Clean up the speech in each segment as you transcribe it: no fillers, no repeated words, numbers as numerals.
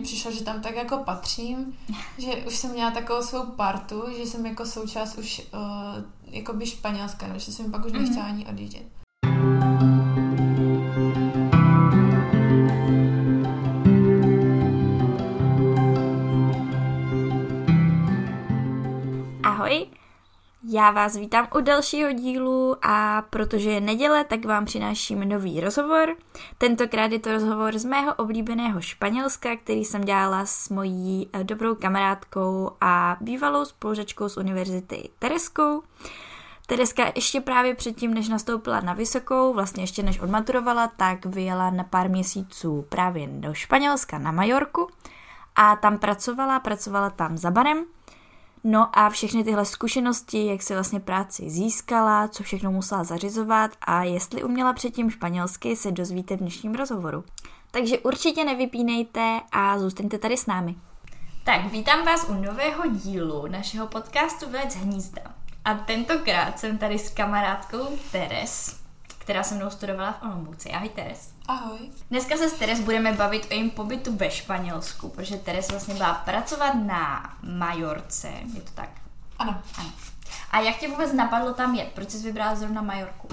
přišlo, že tam tak jako patřím, že už jsem měla takovou svou partu, že jsem jako součást už jakoby Španělska, no, že jsem pak už nechtěla ani odjíždět. Ahoj, já vás vítám u dalšího dílu a protože je neděle, tak vám přináším nový rozhovor. Tentokrát je to rozhovor z mého oblíbeného Španělska, který jsem dělala s mojí dobrou kamarádkou a bývalou spolužačkou z univerzity Tereskou. Tereska ještě právě předtím, než nastoupila na vysokou, vlastně ještě než odmaturovala, tak vyjela na pár měsíců právě do Španělska na Majorku a tam pracovala tam za barem. No a všechny tyhle zkušenosti, jak si vlastně práci získala, co všechno musela zařizovat a jestli uměla předtím španělsky, se dozvíte v dnešním rozhovoru. Takže určitě nevypínejte a zůstaňte tady s námi. Tak, vítám vás u nového dílu našeho podcastu Vylec z hnízda. A tentokrát jsem tady s kamarádkou Teres, která se mnou studovala v Olomouci. Ahoj Teres. Ahoj. Dneska se s Teres budeme bavit o jejím pobytu ve Španělsku, protože Teres vlastně byla pracovat na Majorce, je to tak? Ano. A jak tě vůbec napadlo tam jet? Proč jsi vybrala zrovna Majorku?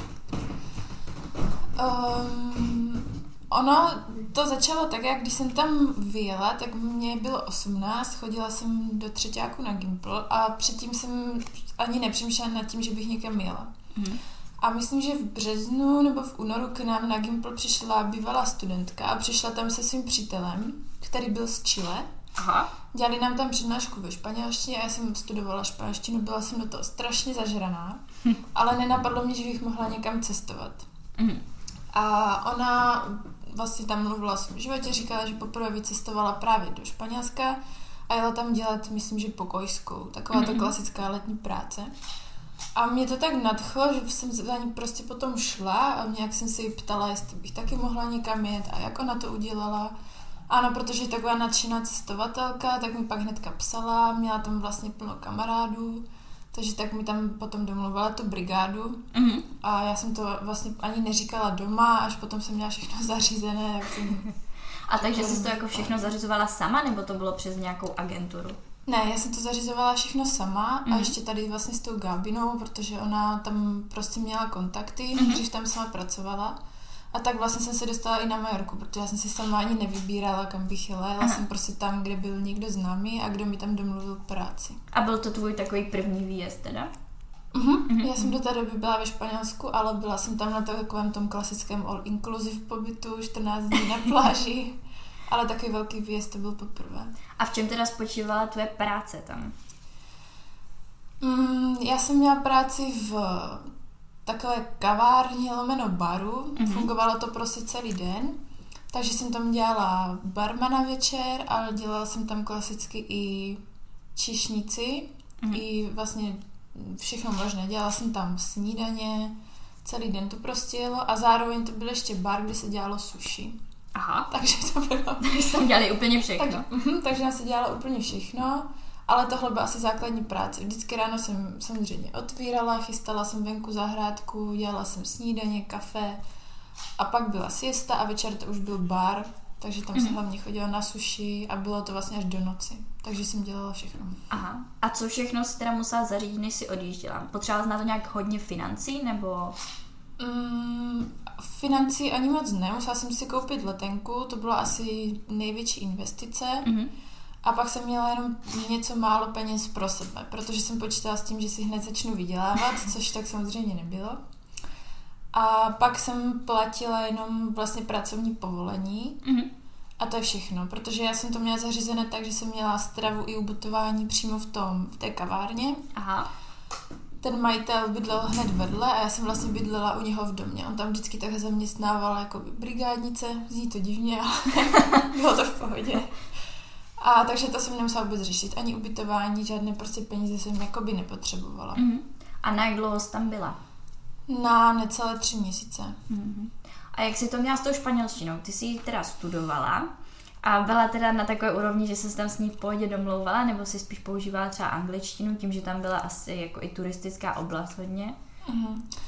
Ono to začalo tak, jak když jsem tam vyjela, tak mě bylo 18, chodila jsem do třeťáku na Gimpl a předtím jsem ani nepřemýšlela nad tím, že bych někam jela. A myslím, že v březnu nebo v únoru k nám na Gimpl přišla bývalá studentka a přišla tam se svým přítelem, který byl z Chile. Aha. Dělali nám tam přednášku ve španělštině a já jsem studovala španělštinu, byla jsem do toho strašně zažraná, ale nenapadlo mě, že bych mohla někam cestovat. A ona vlastně tam mluvila o svém životě, říkala, že poprvé vycestovala právě do Španělska a jela tam dělat, myslím, že pokojskou, taková ta klasická letní práce. A mě to tak nadchlo, že jsem za ní prostě potom šla a nějak jsem se jí ptala, jestli bych taky mohla někam jet a jak ona to udělala. Ano, protože je taková nadšená cestovatelka, tak mi pak hnedka psala, měla tam vlastně plno kamarádů, takže tak mi tam potom domluvala tu brigádu a já jsem to vlastně ani neříkala doma, až potom jsem měla všechno zařízené. A takže jsi to jako všechno zařizovala sama, nebo to bylo přes nějakou agenturu? Ne, já jsem to zařizovala všechno sama a ještě tady vlastně s tou Gábinou, protože ona tam prostě měla kontakty, když tam sama pracovala. A tak vlastně jsem se dostala i na Majorku, protože já jsem si sama ani nevybírala, kam bych jela. Jela jsem prostě tam, kde byl někdo známý a kdo mi tam domluvil práci. A byl to tvůj takový první výjezd teda? Já jsem do té doby byla ve Španělsku, ale byla jsem tam na takovém tom klasickém all-inclusive pobytu, 14 dní na pláži. Ale takový velký výjezd to byl poprvé. A v čem teda spočívala tvoje práce tam? Já jsem měla práci v takové kavárně lomeno baru. Fungovalo to prostě celý den. Takže jsem tam dělala barmana večer, ale dělala jsem tam klasicky i číšnici. I vlastně všechno možné. Dělala jsem tam snídaně, celý den to prostě jelo. A zároveň to byl ještě bar, kde se dělalo sushi. Aha. Takže to bylo... Takže jsem dělali úplně všechno. Takže já se dělala úplně všechno, ale tohle byla asi základní práce. Vždycky ráno jsem samozřejmě otvírala, chystala jsem venku zahrádku, dělala jsem snídaně, kafe a pak byla siesta a večer to už byl bar, takže tam se hlavně chodila na sushi a bylo to vlastně až do noci. Takže jsem dělala všechno. Aha. A co všechno si teda musela zařídit, než si odjížděla? Potřebovala na to nějak hodně financí, nebo... Financí ani moc ne, musela jsem si koupit letenku, to byla asi největší investice a pak jsem měla jenom něco málo peněz pro sebe, protože jsem počítala s tím, že si hned začnu vydělávat, což tak samozřejmě nebylo. A pak jsem platila jenom vlastně pracovní povolení a to je všechno, protože já jsem to měla zařízené tak, že jsem měla stravu i ubytování přímo v té kavárně. Aha. Ten majitel bydlel hned vedle a já jsem vlastně bydlela u něho v domě. On tam vždycky takhle zaměstnával jako brigádnice, zní to divně, ale bylo to v pohodě. A takže to jsem nemusela vůbec řešit. Ani ubytování, žádné prostě peníze jsem jakoby nepotřebovala. A na jak dlouho jsi tam byla? Na necelé 3 měsíce. A jak jsi to měla s tou španělštinou? Ty jsi ji teda studovala a byla teda na takové úrovni, že jsi tam s ní v pohodě domlouvala, nebo jsi spíš používala třeba angličtinu, tím, že tam byla asi jako i turistická oblast hodně?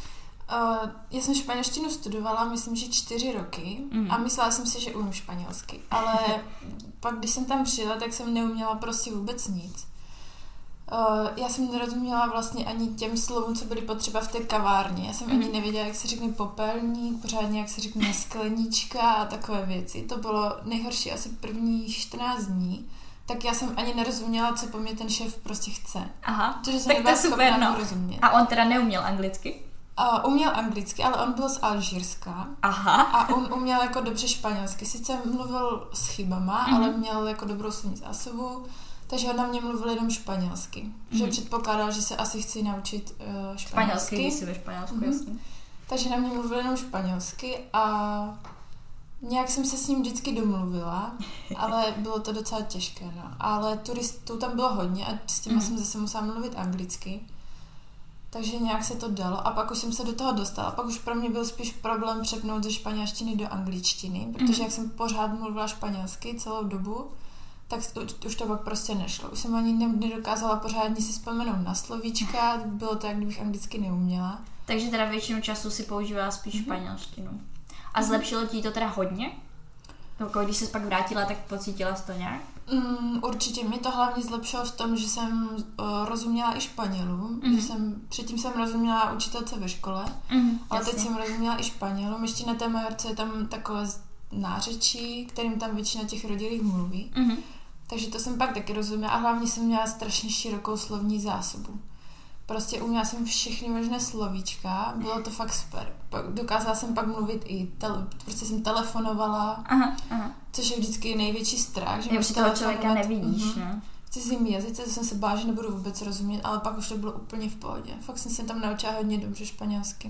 Já jsem španělštinu studovala, myslím, že 4 roky a myslela jsem si, že umím španělsky, ale pak, když jsem tam přijela, tak jsem neuměla prostě vůbec nic. Já jsem nerozuměla vlastně ani těm slovům, co byly potřeba v té kavárně. Já jsem ani nevěděla, jak se řekne popelník, pořádně jak se řekne sklenička a takové věci. To bylo nejhorší asi prvních 14 dní. Tak já jsem ani nerozuměla, co po mě ten šéf prostě chce. Aha, protože jsem tak to je super, no. rozumět. A on teda neuměl anglicky? Uměl anglicky, ale on byl z Alžírska. Aha. A on uměl jako dobře španělsky. Sice mluvil s chybama, ale měl jako dobrou slovní zásobu, takže on na mě mluvil jenom španělsky. Že předpokládal, že se asi chci naučit španělsky. Když jsi ve Španělsku, jasně. Takže na mě mluvil jenom španělsky a nějak jsem se s ním vždycky domluvila, ale bylo to docela těžké, no. Ale turistů tam bylo hodně a s těma jsem zase musela mluvit anglicky. Takže nějak se to dalo a pak už jsem se do toho dostala. Pak už pro mě byl spíš problém přepnout ze španělštiny do angličtiny, protože jak jsem pořád mluvila španělsky celou dobu, tak už to pak prostě nešlo. Už jsem ani nedokázala pořádně si vzpomenout na slovíčka, bylo to, jak kdybych anglicky neuměla. Takže teda většinu času si používala spíš španělštinu. A zlepšilo ti to teda hodně? Jako když jsi pak vrátila, tak pocítila jsi to nějak? Určitě mě to hlavně zlepšilo v tom, že jsem rozuměla i Španělům. Předtím jsem rozuměla učitelce ve škole, ale teď jsem rozuměla i Španělům. Ještě na té Majorce je tam takové nářečí, kterým tam většina těch rodilých mluví. Takže to jsem pak taky rozuměla a hlavně jsem měla strašně širokou slovní zásobu. Prostě uměla jsem všechny možné slovíčka, bylo to fakt super. Dokázala jsem pak mluvit i, prostě jsem telefonovala, což je vždycky největší strach. Že už toho člověka nevidíš, ne? V cizím jazyce, to jsem se bála, že nebudu vůbec rozumět, ale pak už to bylo úplně v pohodě. Fakt jsem se tam naučila hodně dobře španělsky.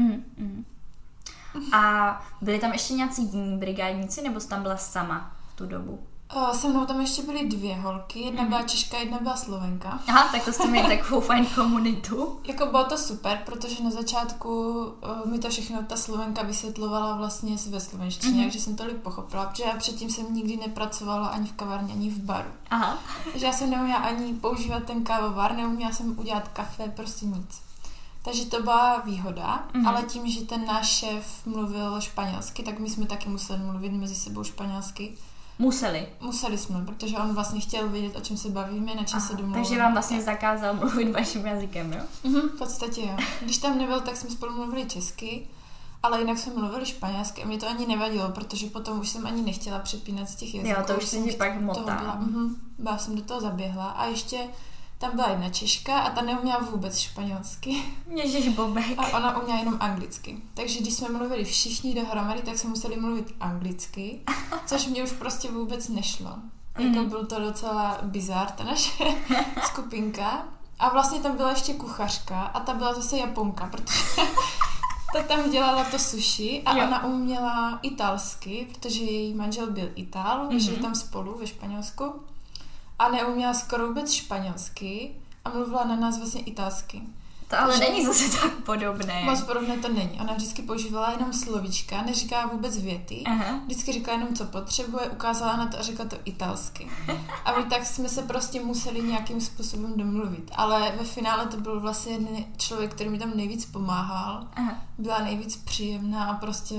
A byli tam ještě nějací jiní brigádníci, nebo jsi tam byla sama v tu dobu? Se mnou tam ještě byly 2 holky, jedna byla Češka, jedna byla Slovenka. Aha, tak to jste měli takovou fajn komunitu. Jako bylo to super, protože na začátku mi to všechno ta Slovenka vysvětlovala vlastně ve slovenštině, takže jsem tolik pochopila, protože já předtím jsem nikdy nepracovala ani v kavárně, ani v baru. Aha. Takže já jsem neuměla ani používat ten kávovar, neuměla jsem udělat kafe, prostě nic. Takže to byla výhoda, ale tím, že ten náš šéf mluvil španělsky, tak my jsme taky museli mluvit mezi sebou španělsky. Museli jsme, protože on vlastně chtěl vědět, o čem se bavíme, na čem se domluvíme. Takže vám vlastně zakázal mluvit vaším jazykem, jo? V podstatě jo. Když tam nebyl, tak jsme spolu mluvili česky, ale jinak jsme mluvili španělsky a mě to ani nevadilo, protože potom už jsem ani nechtěla přepínat z těch jazyků. Jo, to už se ti pak motá. Byla jsem do toho zaběhla a ještě tam byla jedna Češka a ta neuměla vůbec španělsky. Ježišbobek. A ona uměla jenom anglicky. Takže když jsme mluvili všichni dohromady, tak jsme museli mluvit anglicky, což mě už prostě vůbec nešlo. Jako byl to docela bizár, ta naše skupinka. A vlastně tam byla ještě kuchařka a ta byla zase Japonka, protože tak tam dělala to sushi a ona uměla italsky, protože její manžel byl Itál, žili tam spolu ve Španělsku. A neuměla skoro vůbec španělsky a mluvila na nás vlastně italsky. To ale není zase tak podobné. Moc podobné to není. Ona vždycky používala jenom slovíčka, neříká vůbec věty. Vždycky říká jenom, co potřebuje, ukázala na to a řekla to italsky. A my tak jsme se prostě museli nějakým způsobem domluvit. Ale ve finále to byl vlastně člověk, který mi tam nejvíc pomáhal. Byla nejvíc příjemná a prostě...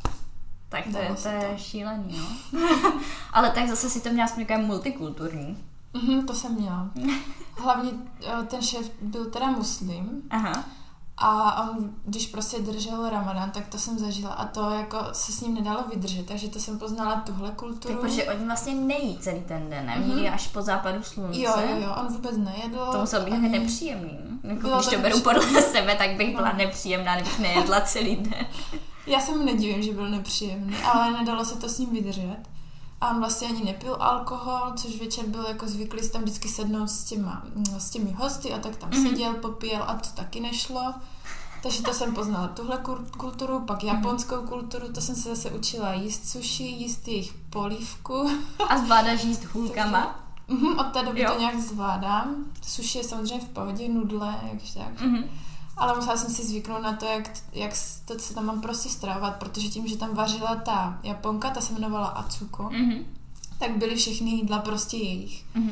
Tak to je šílený, no. Ale tak zase si to měla aspoň multikulturní. To jsem měla. Hlavně ten šéf byl teda muslim. Aha. A on, když prostě držel Ramadán, tak to jsem zažila a to jako se s ním nedalo vydržet, takže to jsem poznala tuhle kulturu. Tak protože oni vlastně nejí celý ten den, ne? Oni až po západu slunce. Jo, on vůbec nejedl. To muselo být hodně nepříjemný. Jako když to beru podle sebe, tak bych byla nepříjemná, kdybych nejedla celý den. Já se mu nedivím, že byl nepříjemný, ale nedalo se to s ním vydržet. A on vlastně ani nepil alkohol, což večer byl jako zvyklý si tam vždycky sednout s těmi hosty a tak tam seděl, popíjel a to taky nešlo. Takže to jsem poznala tuhle kulturu, pak japonskou kulturu, to jsem se zase učila jíst sushi, jíst jejich polívku. A zvládáš jíst hůlkama? Od té doby to nějak zvládám. Sushi je samozřejmě v pohodě, nudle, jakž tak. Ale musela jsem si zvyknout na to, jak to se tam mám prostě stravovat, protože tím, že tam vařila ta Japonka, ta se jmenovala Atsuko, tak byly všechny jídla prostě jejich.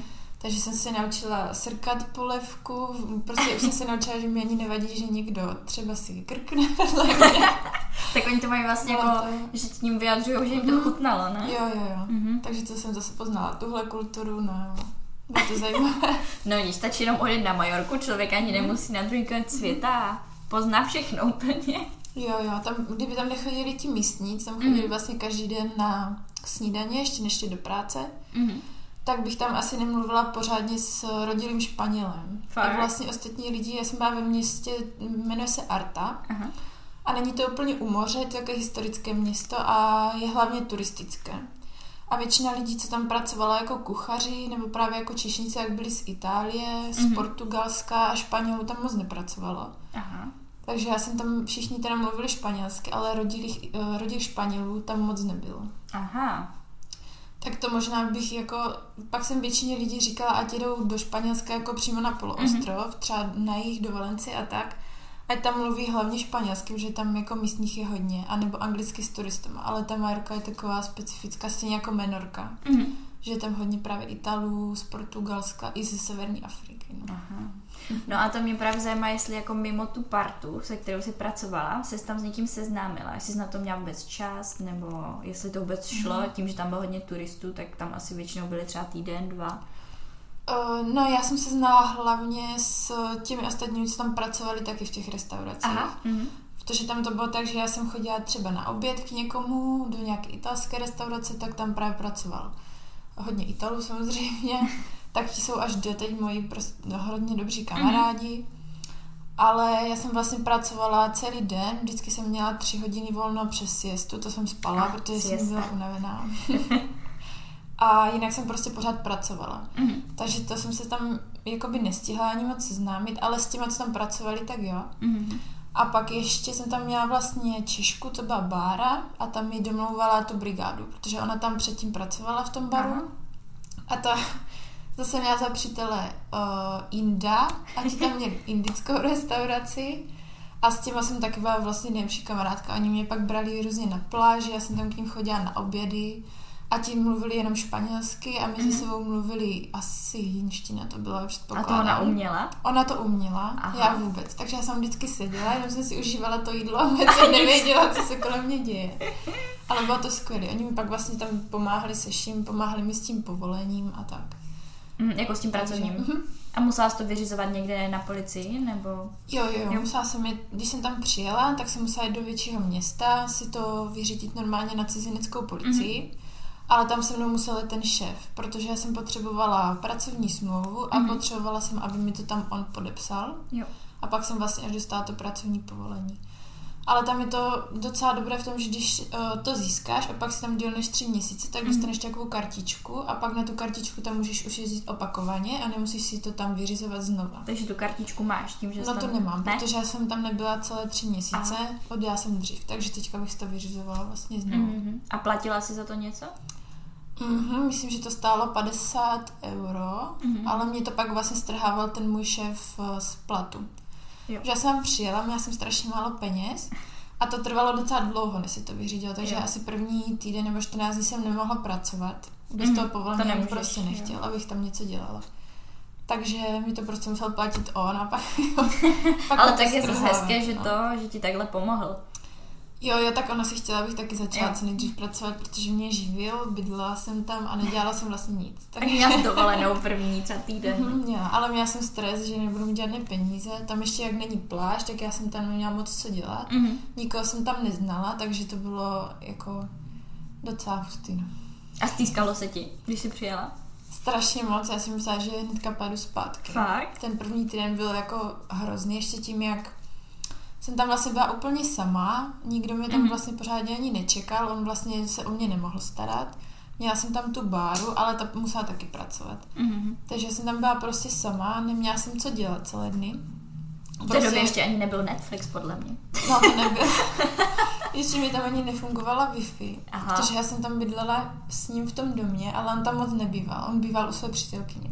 Takže jsem se naučila srkat polévku, prostě už jsem se naučila, že mi ani nevadí, že někdo třeba si krkne vedle mě. Tak oni to mají vlastně jako, že tím vyjadřují, že jim to chutnalo, ne? Jo. Takže to jsem zase poznala, tuhle kulturu, no. Bylo to zajímavé. No nic, stačí jenom odjet na Majorku, člověk ani nemusí na druhý konec světa a pozná všechno úplně. Jo, tam, kdyby tam nechodili ti místní, tam chodili vlastně každý den na snídaně, ještě než šli do práce, tak bych tam asi nemluvila pořádně s rodilým Španělem. A vlastně ostatní lidi, já jsem byla ve městě, jmenuje se Arta, a není to úplně u moře, je to jako historické město a je hlavně turistické. A většina lidí, co tam pracovala jako kuchaři, nebo právě jako číšníci, jak byli z Itálie, z Portugalska a Španělů, tam moc nepracovalo. Takže já jsem tam, všichni teda mluvili španělsky, ale rodilých Španělů tam moc nebylo. Tak to možná bych jako, pak jsem většině lidí říkala, ať jedou do Španělska jako přímo na poloostrov, třeba na jih do Valencie a tak, ať tam mluví hlavně španělsky, protože tam jako místních je hodně, anebo anglicky s turistama, ale ta Majorka je taková specifická, stejně jako Menorka, že je tam hodně právě Italů, z Portugalska i ze severní Afriky. No. No a to mě právě zajímá, jestli jako mimo tu partu, se kterou jsi pracovala, jsi tam s někým seznámila, jestli jsi na to měla vůbec čas, nebo jestli to vůbec šlo, tím, že tam bylo hodně turistů, tak tam asi většinou byly třeba týden, 2. No já jsem se znala hlavně s těmi ostatními, co tam pracovali taky v těch restauracích. Protože tam to bylo tak, že já jsem chodila třeba na oběd k někomu, do nějaké italské restaurace, tak tam právě pracoval hodně Italů samozřejmě, tak ti jsou až doteď moji hodně dobří kamarádi. Ale já jsem vlastně pracovala celý den, vždycky jsem měla 3 hodiny volno přes siestu, to jsem spala, protože jsem byla unavená. A jinak jsem prostě pořád pracovala. Takže to jsem se tam jakoby nestihla ani moc seznámit, ale s těma, co tam pracovali, tak jo. A pak ještě jsem tam měla vlastně Češku, to byla Bára, a tam mi domlouvala tu brigádu, protože ona tam předtím pracovala v tom baru. A ta zase měla za přítele Inda, a ti tam měli indickou restauraci. A s těma jsem taky byla vlastně nejlepší kamarádka. Oni mě pak brali různě na pláži, já jsem tam k ním chodila na obědy. A ti mluvili jenom španělsky a my se sebou mluvili asi hínština, to bylo předpokládám. A to ona uměla? Ona to uměla, já vůbec. Takže já jsem vždycky seděla, jenom jsem si užívala to jídlo a vůbec jsem nevěděla, co se kolem mě děje. Ale bylo to skvělé. Oni mi pak vlastně tam pomáhali se vším, pomáhali mi s tím povolením a tak. Jako s tím pracovním. A musela jsi to vyřizovat někde na policii, nebo? Jo. Musela jsem jít, když jsem tam přijela, tak jsem musela jít do většího města, si to vyřídit normálně na cizineckou policii. Ale tam se mnou musel ten šéf, protože já jsem potřebovala pracovní smlouvu a potřebovala jsem, aby mi to tam on podepsal. A pak jsem vlastně až dostala to pracovní povolení. Ale tam je to docela dobré v tom, že když to získáš a pak si tam dělneš 3 měsíce, tak dostaneš takovou kartičku a pak na tu kartičku tam můžeš už jezdit opakovaně a nemusíš si to tam vyřizovat znova. Takže tu kartičku máš tím, že to nemám, protože já jsem tam nebyla celé 3 měsíce, odjela jsem dřív, takže teďka bych to vyřizovala vlastně znovu. A platila jsi za to něco? Myslím, že to stálo 50 €, ale mě to pak vlastně strhával ten můj šéf z platu. Že já jsem přijela, měla jsem strašně málo peněz a to trvalo docela dlouho, než si to vyřídila, takže asi první týden nebo 14 dní jsem nemohla pracovat. Bez toho povolení to prostě nechtěl, abych tam něco dělala. Takže mi to prostě musel platit on a pak ale tak je to hezké, že ti takhle pomohl. Jo, tak ona si chtěla, abych taky začala co nejdřív pracovat, protože mě živil, bydlela jsem tam a nedělala jsem vlastně nic. Tak měla dovolenou první za týden. Ale měla jsem stres, že nebudu mít žádné peníze. Tam ještě jak není pláž, tak já jsem tam neměla moc co dělat. Nikoho jsem tam neznala, takže to bylo jako docela hustý. A stýskalo se ti, když jsi přijela? Strašně moc, já jsem myslela, že hnedka padu zpátky. Fakt? Ten první týden byl jako hrozný, ještě tím, jak jsem tam vlastně byla úplně sama, nikdo mě tam vlastně pořádně ani nečekal, on vlastně se o mě nemohl starat. Měla jsem tam tu Báru, ale ta musela taky pracovat. Takže jsem tam byla prostě sama, neměla jsem co dělat celé dny. V té době ještě ani nebyl Netflix, podle mě. No, to nebyl. Ještě mi tam ani nefungovala Wi-Fi, protože já jsem tam bydlela s ním v tom domě, ale on tam moc nebýval. On býval u své přítelkyně.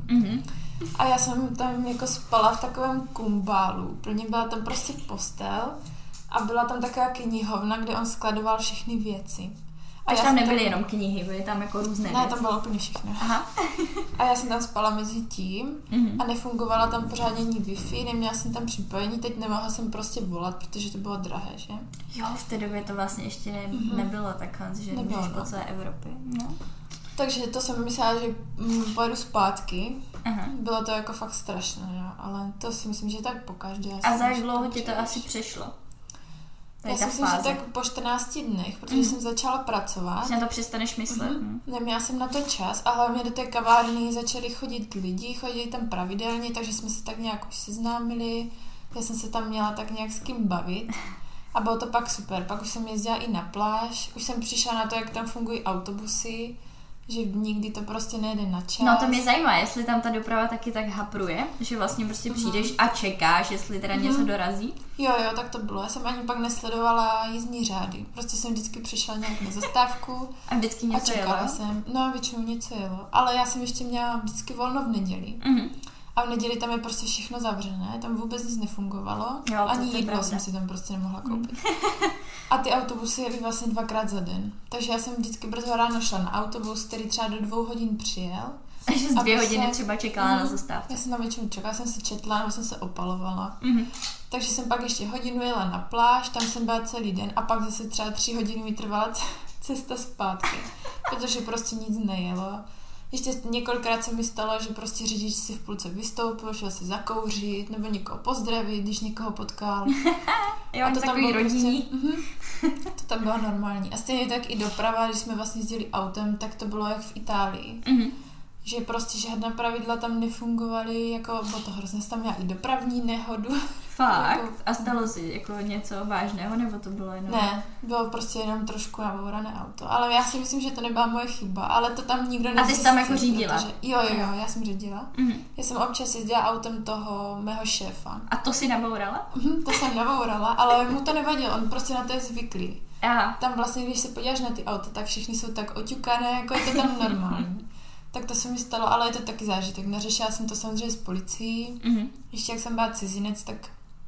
A já jsem tam jako spala v takovém kumbálu. Úplně byla tam prostě postel a byla tam taková knihovna, kde on skladoval všechny věci. Takže tam nebyly jenom knihy, byly tam jako různé věci. Ne, tam bylo úplně všechno. Aha. A já jsem tam spala mezi tím a nefungovala tam pořádně ani Wi-Fi, neměla jsem tam připojení, teď nemohla jsem prostě volat, protože to bylo drahé, že? Jo, v té době to vlastně ještě nebylo takhle, že můžeš po celé Evropě. No. Takže to jsem myslela, že pojedu zpátky. Aha. Bylo to jako fakt strašné, jo? Ale to si myslím, že tak pokaždé. A za jak dlouho ti to asi přešlo? Já si myslím, že tak po 14 dnech, protože jsem začala pracovat. Na to přestaneš myslet. Neměla jsem na to čas a hlavně do té kavárny začali chodit lidi, chodili tam pravidelně, takže jsme se tak nějak už seznámili. Já jsem se tam měla tak nějak s kým bavit. A bylo to pak super. Pak už jsem jezdila i na pláž. Už jsem přišla na to, jak tam fungují autobusy, že nikdy to prostě nejde na čas. No to mě zajímá, jestli tam ta doprava taky tak hapruje, že vlastně prostě přijdeš a čekáš, jestli teda něco dorazí. Jo, tak to bylo. Já jsem ani pak nesledovala jízdní řády. Prostě jsem vždycky přišla nějak na zastávku. A vždycky něco a čekala jelo? jsem. No, většinou něco jelo. Ale já jsem ještě měla vždycky volno v neděli. A v neděli tam je prostě všechno zavřené, tam vůbec nic nefungovalo. Jo, ani jídlo jsem si tam prostě nemohla koupit. A ty autobusy jeli vlastně 2krát za den. Takže já jsem vždycky brzo ráno šla na autobus, který třeba do 2 hodin přijel. Takže z 2 hodiny třeba čekala na zastávku. Já jsem tam většinou čekala, jsem si četla, nebo jsem se opalovala. Takže jsem pak ještě hodinu jela na pláž, tam jsem byla celý den a pak zase třeba 3 hodiny mi trvala cesta zpátky, protože prostě nic nejelo. Ještě několikrát se mi stalo, že prostě řidič si v půlce vystoupil, šel si zakouřit nebo někoho pozdravit, když někoho potkal. Jo, to takový rodinní. Prostě, to tam bylo normální. A stejně tak i doprava, když jsme vlastně jezdili autem, tak to bylo jak v Itálii. Že prostě žádná pravidla tam nefungovaly, jako bylo to hrozně, tam měla i dopravní nehodu. Fakt? Jako, a stalo si jako něco vážného, nebo to bylo jenom... Ne, bylo prostě jenom trošku nabourané auto, ale já si myslím, že to nebyla moje chyba, ale to tam nikdo nezjistil. A ty jsi tam jako řídila? Protože, jo, já jsem řídila. Já jsem občas jezdila autem toho mého šéfa. A to si nabourala? To jsem nabourala, ale mu to nevadilo, on prostě na to je zvyklý. Aha. Tam vlastně, když se podíváš na ty auta, tak všichni jsou tak oťukané, jako je to tam normální. Tak to se mi stalo, ale je to taky zážitek. Neřešila jsem to samozřejmě s policií. Ještě jak jsem byla cizinec, tak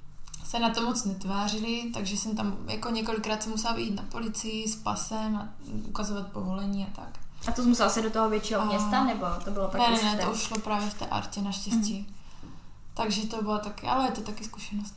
se na to moc netvářili, takže jsem tam jako několikrát jsem musela jít na policii s pasem a ukazovat povolení a tak. A to jsi musela se do toho většího města, nebo to bylo pak už Ne, to už šlo právě v té Artě naštěstí. Takže to bylo taky, ale je to taky zkušenost.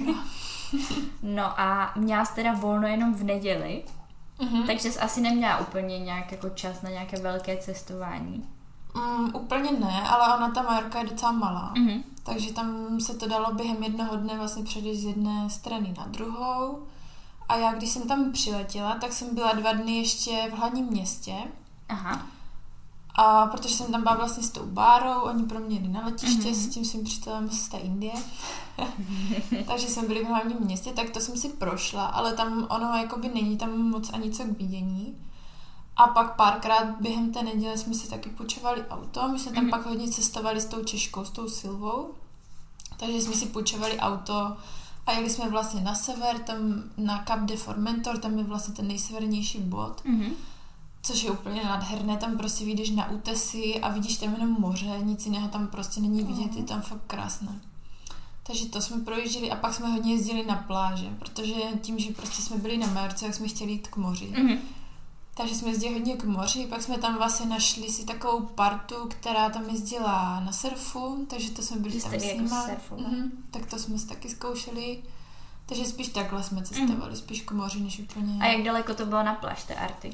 No a měla jsi teda volno jenom v neděli, takže jsi asi neměla úplně nějak jako čas na nějaké velké cestování. Úplně ne, ale ona ta Majorka je docela malá. Takže tam se to dalo během jednoho dne vlastně přejít z jedné strany na druhou. A já, když jsem tam přiletěla, tak jsem byla 2 dny ještě v hlavním městě. Aha. A protože jsem tam byla vlastně s tou Bárou, oni pro mě jeli na letiště s tím svým přítelem z té Indie. Takže jsme byli v hlavním městě, tak to jsem si prošla, ale tam ono jakoby není tam moc ani co k vidění. A pak párkrát během té neděle jsme si taky půjčovali auto. My jsme tam pak hodně cestovali s tou Češkou, s tou Silvou. Takže jsme si půjčovali auto a jeli jsme vlastně na sever, tam na Cap de Formentor, tam je vlastně ten nejsevernější bod. Což je úplně nádherné, tam prostě vyjdeš na útesy a vidíš tam jenom moře, nic jiného tam prostě není vidět, je tam fakt krásné. Takže to jsme projížděli a pak jsme hodně jezdili na pláže, protože tím, že prostě jsme byli na Majorce, tak jsme chtěli jít k moři. Takže jsme jezdili hodně k moři, pak jsme tam vlastně našli si takovou partu, která tam jezdila na surfu, takže to jsme byli tam s nima. Tak to jsme si taky zkoušeli. Takže spíš takhle jsme cestovali, spíš k moři, než úplně... A jak daleko to bylo na pláž té Arty?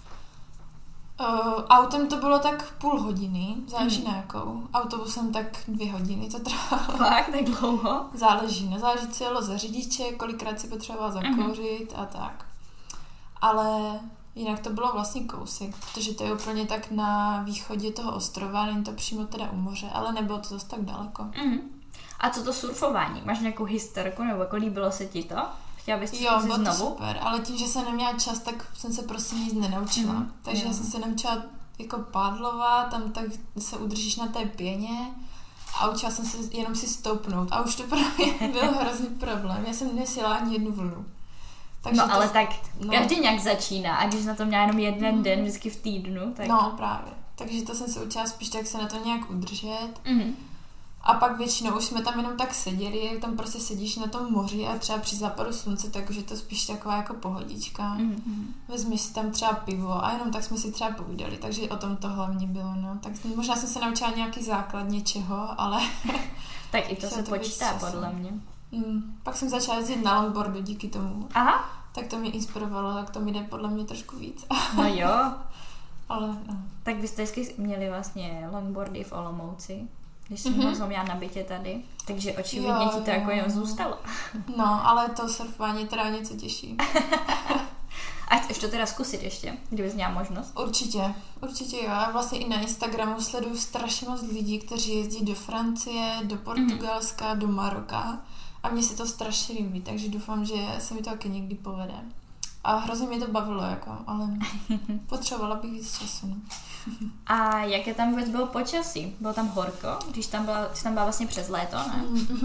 Autem to bylo tak půl hodiny, záleží na jakou. Autobusem tak 2 hodiny to trvalo. Fakt, tak dlouho? Záleží, co jelo za řidiče, kolikrát si potřebovala zakouřit a tak. Ale jinak to bylo vlastně kousek, protože to je úplně tak na východě toho ostrova, není to přímo teda u moře, ale nebylo to zase tak daleko. A co to surfování? Máš nějakou historku, nebo jako líbilo se ti to? Chtěla bys to Jo, bylo to super, ale tím, že jsem neměla čas, tak jsem se prostě nic nenaučila. Takže já jsem se naučila jako pádlovat, tam tak se udržíš na té pěně a učila jsem se jenom si stoupnout a už to pro mě byl hrozný problém. Já jsem nesjela ani jednu vlnu. Takže no ale tak každý nějak začíná a když na to měla jenom jeden den vždycky v týdnu, tak... No právě, takže to jsem se učila spíš tak se na to nějak udržet. A pak většinou už jsme tam jenom tak seděli, tam prostě sedíš na tom moři a třeba při západu slunce, takže to spíš taková jako pohodička. Vezmeš si tam třeba pivo a jenom tak jsme si třeba povídali, takže o tom to hlavně bylo, no. Tak možná jsem se naučila nějaký základ něčeho, ale... Tak i to se počítá podle mě. Pak jsem začala jezdit na longboardu díky tomu. Aha. Tak to mě inspirovalo, tak to mi jde podle mě trošku víc. No jo. Ale no. Tak byste vždycky měli vlastně longboardy v Olomouci, když jsem ho měla na bytě tady, takže očividně ti to jako jenom zůstalo. No, ale to surfování teda něco těžší. A chceš to teda zkusit ještě, kdybys měla možnost? Určitě jo. Já vlastně i na Instagramu sleduju strašně moc lidí, kteří jezdí do Francie, do Portugalska, do Maroka a mně se to strašně líbí, takže doufám, že se mi to taky někdy povede. A hrozně mě to bavilo, jako, ale potřebovala bych víc času. No. A jaké tam vůbec bylo počasí? Bylo tam horko? Když tam byla vlastně přes léto, ne?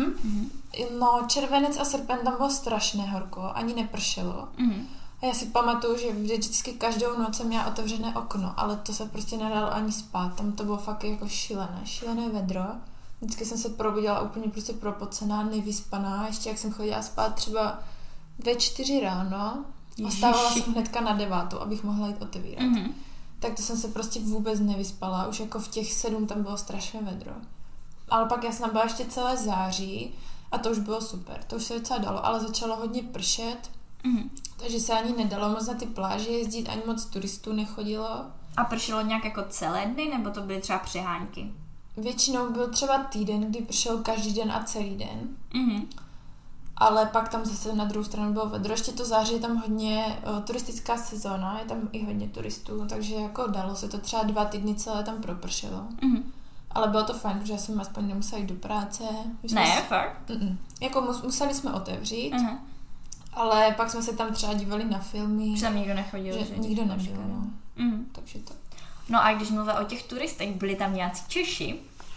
No, červenec a srpen tam bylo strašné horko, ani nepršelo. A já si pamatuju, že vždycky každou noc jsem měla otevřené okno, ale to se prostě nedalo ani spát. Tam to bylo fakt jako šílené vedro. Vždycky jsem se probudila úplně prostě propocená, nevyspaná. Ještě jak jsem chodila spát třeba ve 4 ráno a stávala jsem hnedka na 9, abych mohla jít otevírat. Tak to jsem se prostě vůbec nevyspala. Už jako v těch 7 tam bylo strašné vedro. Ale pak já jsem byla ještě celé září a to už bylo super. To už se docela dalo, ale začalo hodně pršet. Takže se ani nedalo moc na ty pláže jezdit, ani moc turistů nechodilo. A pršelo nějak jako celé dny, nebo to byly třeba přehánky? Většinou byl třeba týden, kdy pršel každý den a celý den. Ale pak tam zase na druhou stranu bylo vedro. Ještě to září je tam hodně turistická sezóna, je tam i hodně turistů, takže jako dalo se to třeba 2 týdny celé tam propršelo. Ale bylo to fajn, protože já jsem aspoň nemusela jít do práce. Fakt? Jako museli jsme otevřít, ale pak jsme se tam třeba dívali na filmy. Že tam nikdo nechodil. Že nikdo nebyl, no. Takže to. No a když mluvila o těch turistech, byli tam nějací Češi?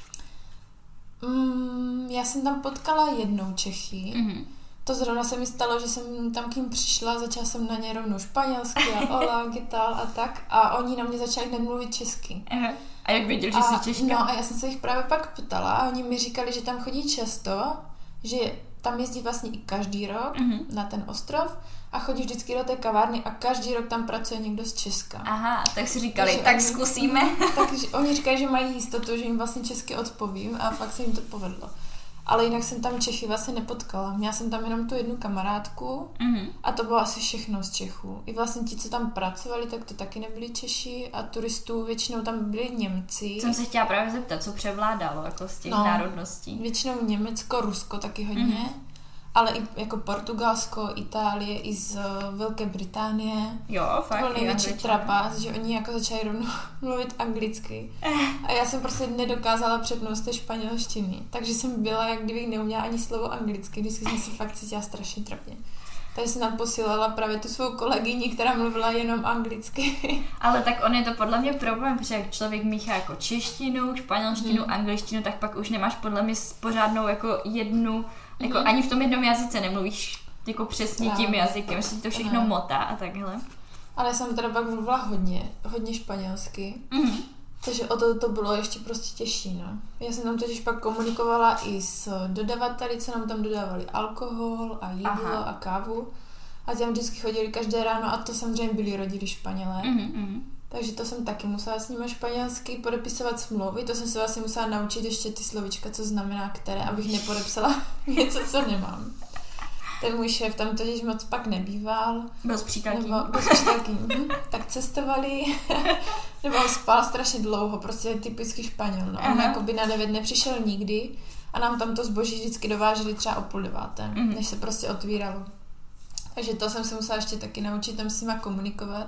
Já jsem tam potkala jednou Čechy. To zrovna se mi stalo, že jsem tam k ním přišla, začala jsem na ně rovnou španělsky a hola, gital a tak. A oni na mě začali hned mluvit česky. A jak věděli, že jsi Češka? No a já jsem se jich právě pak ptala a oni mi říkali, že tam chodí často, že tam jezdí vlastně i každý rok na ten ostrov a chodí vždycky do té kavárny a každý rok tam pracuje někdo z Česka. Aha, tak si říkali, tak zkusíme. Takže oni říkají, že mají jistotu, že jim vlastně česky odpovím a fakt se jim to povedlo. Ale jinak jsem tam Čechy vlastně nepotkala. Měla jsem tam jenom tu jednu kamarádku a to bylo asi všechno z Čechů. I vlastně ti, co tam pracovali, tak to taky nebyli Češi a turistů většinou tam byli Němci. Jsem se chtěla právě zeptat, co převládalo jako z těch národností. Většinou Německo, Rusko taky hodně, ale i jako Portugalsko, Itálie, i z Velké Británie. Jo, fakt. To byl největší trapás, že oni jako začali rovnou mluvit anglicky. A já jsem prostě nedokázala přepnout z té španělštiny. Takže jsem byla, jak kdybych neuměla ani slovo anglicky. Vždycky jsem se fakt cítila strašně trapně. Takže jsem tam posílala právě tu svou kolegyni, která mluvila jenom anglicky. Ale tak on je to podle mě problém, protože jak člověk míchá jako češtinu, španělštinu, angličtinu, tak pak už nemáš podle mě pořádnou jako jednu, jako ani v tom jednom jazyce nemluvíš jako přesně tím jazykem, že se ti to všechno motá a takhle. Ale já jsem teda pak mluvila hodně španělsky. Takže o to bylo ještě prostě těžší, no. Já jsem tam totiž pak komunikovala i s dodavateli, co nám tam dodávali alkohol a jídlo a kávu. A tam vždycky chodili každé ráno a to samozřejmě byli rodilí Španělé. Takže to jsem taky musela s nimi španělsky podepisovat smlouvy. To jsem se vlastně musela naučit ještě ty slovíčka, co znamená které, abych nepodepsala něco, co nemám. Ten můj šéf tam totiž moc pak nebýval. Byl s přítelkým. Tak cestovali. Nebo on spal strašně dlouho, prostě typicky Španěl. No. On jako by na 9 nepřišel nikdy a nám tam to zboží vždycky dováželi třeba o 8:30, než se prostě otvíralo. Takže to jsem se musela ještě taky naučit tam s nima komunikovat.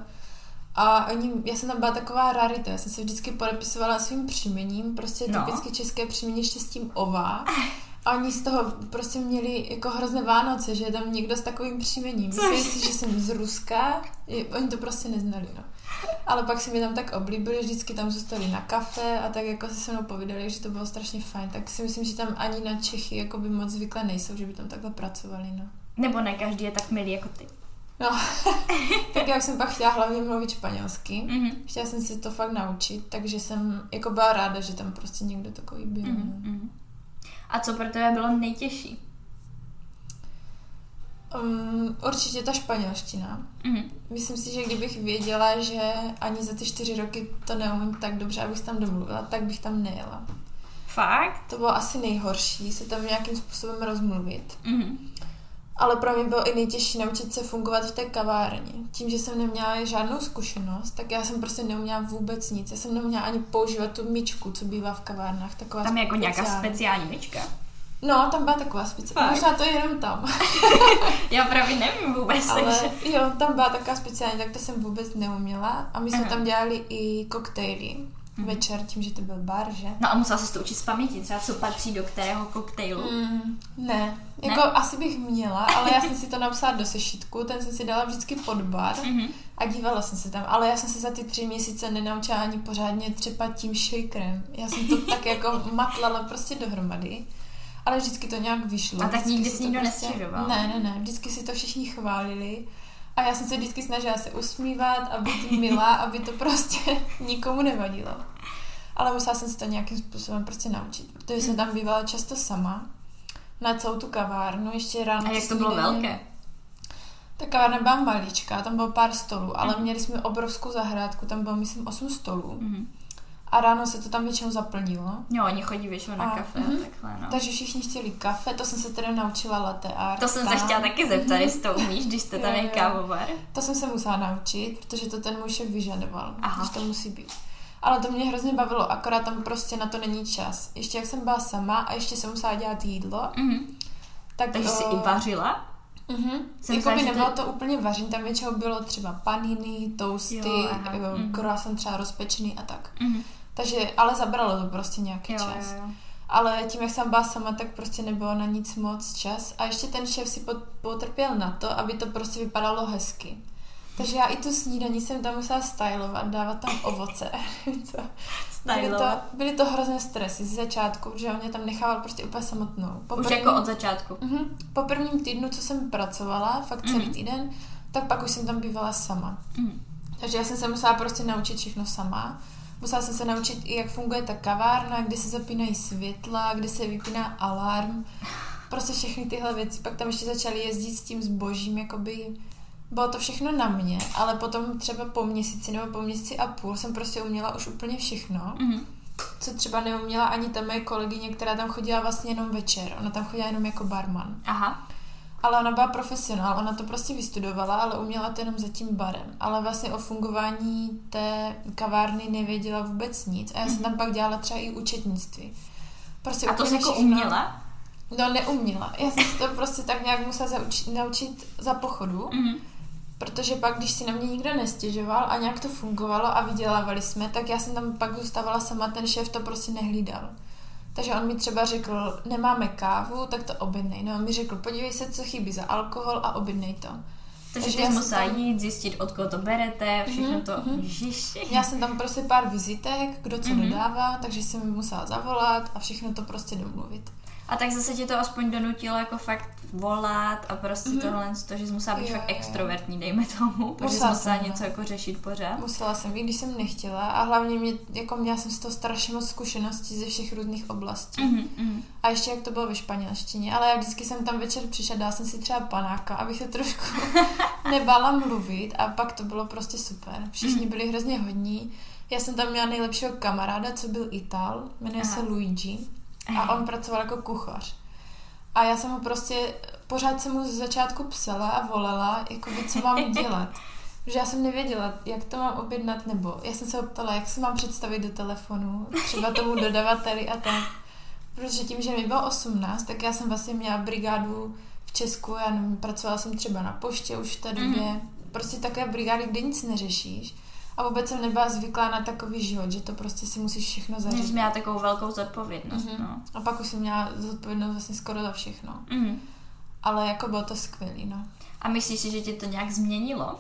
A já jsem tam byla taková rarita, já jsem se vždycky podepisovala svým příjmením, prostě typicky české příjmení ještě s tím ová. A oni z toho prostě měli jako hrozné Vánoce, že je tam někdo s takovým příjmením. Mysleli si, že jsem z Ruska, oni to prostě neznali, no. Ale pak si mě tam tak oblíbili, vždycky tam zůstali na kafe a tak jako se mnou povídali, že to bylo strašně fajn. Tak si myslím, že tam ani na Čechy jako by moc zvyklé nejsou, že by tam takhle pracovali, no. Nebo ne každý je tak milý jako ty. No, tak já jsem pak chtěla hlavně mluvit španělsky. Chtěla jsem si to fakt naučit, takže jsem jako byla ráda, že tam prostě někdo takový byl. A co pro tebe bylo nejtěžší? Určitě ta španělština. Myslím si, že kdybych věděla, že ani za ty 4 roky to neumím tak dobře, abych tam domluvila, tak bych tam nejela. Fakt? To bylo asi nejhorší, se tam nějakým způsobem rozmluvit. Ale pro mě bylo i nejtěžší naučit se fungovat v té kavárně. Tím, že jsem neměla žádnou zkušenost, tak já jsem prostě neuměla vůbec nic. Já jsem neuměla ani používat tu myčku, co bývá v kavárnách. Taková tam je jako nějaká speciální myčka? No, tam byla taková speciální. Možná to je jenom tam. Já právě nevím vůbec. Ale takže... jo, tam byla taková speciální, tak to jsem vůbec neuměla. A my jsme tam dělali i koktejly. Večer, tím, že to byl bar, že? No a musela se to učit z paměti, třeba co patří do kterého koktejlu? Ne, jako asi bych měla, ale já jsem si to napsala do sešitku, ten jsem si dala vždycky pod bar a dívala jsem se tam, ale já jsem se za ty 3 měsíce nenaučila ani pořádně třepat tím shakerem. Já jsem to tak jako matlala prostě dohromady, ale vždycky to nějak vyšlo. A tak nikdy si nikdo nestěžoval? Ne, vždycky si to všichni chválili. A já jsem se vždycky snažila se usmívat a být milá, aby to prostě nikomu nevadilo. Ale musela jsem se to nějakým způsobem prostě naučit, protože jsem tam bývala často sama na celou tu kavárnu, ještě ráno. A jak to bylo velké? Ta kavárna byla maličká, tam bylo pár stolů, ale měli jsme obrovskou zahrádku, tam bylo myslím 8 stolů. A ráno se to tam většinou zaplnilo. Jo, oni chodí většinou na kafe a takhle, no. Takže všichni chtěli kafe, to jsem se teda naučila latte art. To jsem se chtěla taky zeptat, jestli to umíš, když jste tam je kávovar. To jsem se musela naučit, protože to ten můj šéf vyžadoval, když to musí být. Ale to mě hrozně bavilo, akorát tam prostě na to není čas. Ještě jak jsem byla sama a ještě jsem musela dělat jídlo. Takže jsi i vařila? Jakoby nebylo to úplně vaření, tam většinou bylo třeba paniny, toasty, croissant třeba rozpečený a tak. Takže, ale zabralo to prostě nějaký čas. Ale tím, jak jsem byla sama, tak prostě nebylo na nic moc čas. A ještě ten šéf si potrpěl na to, aby to prostě vypadalo hezky. Takže já i tu snídaní jsem tam musela stylovat, dávat tam ovoce. Byly to hrozné stresy z začátku, že on mě tam nechával prostě úplně samotnou. Už jako od začátku? Po prvním týdnu, co jsem pracovala, fakt celý týden, tak pak už jsem tam bývala sama. Takže já jsem se musela prostě naučit všechno sama. Musela jsem se naučit i, jak funguje ta kavárna, kde se zapínají světla, kde se vypíná alarm. Prostě všechny tyhle věci. Pak tam ještě začali jezdit s tím zbožím, jakoby... Bylo to všechno na mě, ale potom třeba po měsíci nebo po měsíci a půl jsem prostě uměla už úplně všechno, co třeba neuměla ani ta moje kolegyně, která tam chodila vlastně jenom večer. Ona tam chodila jenom jako barman. Aha. Ale ona byla profesionál, ona to prostě vystudovala, ale uměla to jenom za tím barem. Ale vlastně o fungování té kavárny nevěděla vůbec nic a já jsem tam pak dělala třeba i účetnictví. Prostě a to jsi jako uměla? No, neuměla. Já jsem se to prostě tak nějak musela naučit za pochodu, protože pak, když si na mě nikdo nestěžoval a nějak to fungovalo a vydělávali jsme, tak já jsem tam pak zůstávala sama, ten šéf to prostě nehlídal. Takže on mi třeba řekl, nemáme kávu, tak to objednej. No, on mi řekl, podívej se, co chybí za alkohol a objednej to. Takže ty jsi musela jít, zjistit, od koho to berete, všechno to. Ježiši. Já jsem tam prostě pár vizitek, kdo co dodává, takže jsem mi musela zavolat a všechno to prostě domluvit. A tak zase tě to aspoň donutilo jako fakt volat a prostě tohle, že jsi musela být fakt extrovertní, dejme tomu, protože jsi musela něco jako řešit pořád. Musela jsem, i když jsem nechtěla a hlavně měla jsem z toho strašně moc zkušeností ze všech různých oblastí. A ještě jak to bylo ve španělštině, ale já vždycky jsem tam večer přišla, dala jsem si třeba panáka, abych se trošku nebála mluvit a pak to bylo prostě super. Všichni byli hrozně hodní. Já jsem tam měla nejlepšího kamaráda, co byl Ital, jmenuje se Luigi. A on pracoval jako kuchař. A já jsem ho prostě, pořád jsem mu z začátku psala a volala, jako co mám dělat. Protože já jsem nevěděla, jak to mám objednat, nebo já jsem se optala, jak se mám představit do telefonu, třeba tomu dodavateli a tak. Protože tím, že mi bylo 18, tak já jsem vlastně měla brigádu v Česku, já nevím, pracovala jsem třeba na poště už v té době. Prostě takové brigády, kde nic neřešíš. A vůbec jsem nebyla zvyklá na takový život, že to prostě si musíš všechno zařídit. Jsi měla takovou velkou zodpovědnost, no. A pak už jsem měla zodpovědnost vlastně skoro za všechno. Ale jako bylo to skvělý, no. A myslíš si, že tě to nějak změnilo?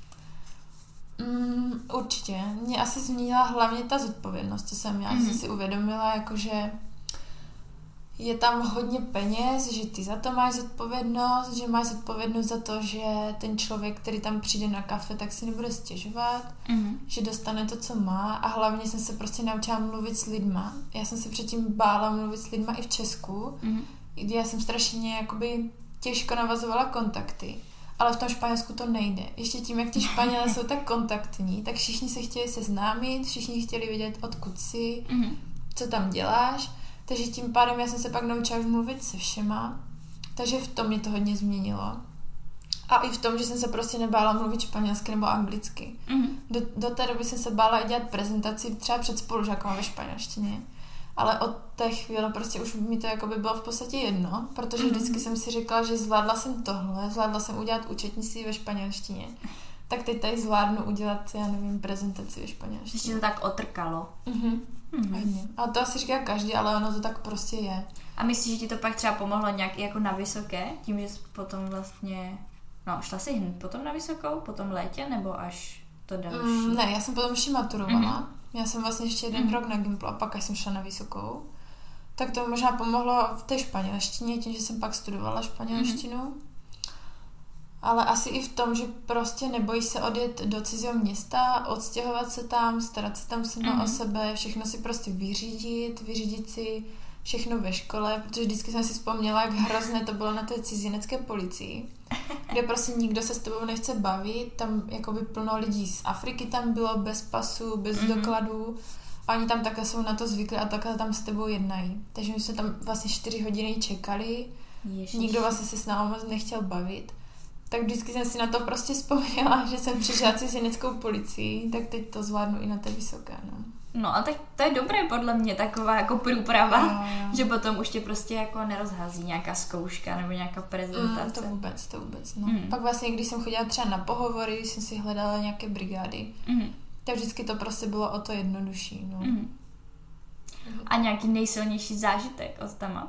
Určitě. Mě asi změnila hlavně ta zodpovědnost, co jsem měla. Že jsem si uvědomila, jakože je tam hodně peněz, že ty za to máš zodpovědnost, že máš zodpovědnost za to, že ten člověk, který tam přijde na kafe, tak si nebude stěžovat, že dostane to, co má, a hlavně jsem se prostě naučila mluvit s lidma. Já jsem se předtím bála mluvit s lidma i v Česku, kdy já jsem strašně jakoby těžko navazovala kontakty, ale v tom Španělsku to nejde. Ještě tím, jak ti Španělé jsou tak kontaktní, tak všichni se chtěli seznámit, všichni chtěli vědět, odkud jsi, co tam děláš. Takže tím pádem já jsem se pak naučila už mluvit se všema, takže v tom mě to hodně změnilo. A i v tom, že jsem se prostě nebála mluvit španělsky nebo anglicky. Do té doby jsem se bála i dělat prezentaci třeba před spolužákama ve španělštině. Ale od té chvíle prostě už mi to jakoby bylo v podstatě jedno, protože vždycky jsem si říkala, že zvládla jsem tohle, zvládla jsem udělat účetnictví ve španělštině. Tak teď tady zvládnu udělat, já nevím, prezentaci ve španělštině. Ještě to tak otrkalo. A to asi říká každý, ale ono to tak prostě je. A myslíš, že ti to pak třeba pomohlo nějak jako na vysoké? Tím, že jsi potom vlastně... No, šla jsi hned potom na vysokou, potom létě, nebo až to další? Ne, já jsem potom ještě maturovala. Já jsem vlastně ještě jeden rok na Gimplu a pak až jsem šla na vysokou. Tak to možná pomohlo v té španělštině, tím, že jsem pak studovala španělštinu. Ale asi i v tom, že prostě nebojíš se odjet do cizího města, odstěhovat se tam, starat se tam sama o sebe, všechno si prostě vyřídit si všechno ve škole, protože vždycky jsem si vzpomněla, jak hrozné to bylo na té cizinecké policii, kde prostě nikdo se s tebou nechce bavit, tam jakoby plno lidí z Afriky tam bylo, bez pasu, bez dokladů, a oni tam také jsou na to zvyklí a takhle tam s tebou jednají. Takže my jsme tam vlastně 4 hodiny čekali, nikdo vlastně se s námi moc nechtěl bavit. Tak vždycky jsem si na to prostě vzpomněla, že jsem přišla cizineckou policii, tak teď to zvládnu i na té vysoké, no. No a tak to je dobré podle mě, taková jako průprava, že potom už tě prostě jako nerozhází nějaká zkouška nebo nějaká prezentace. To vůbec, no. Pak vlastně, když jsem chodila třeba na pohovory, když jsem si hledala nějaké brigády, tak vždycky to prostě bylo o to jednodušší, no. A nějaký nejsilnější zážitek od tam?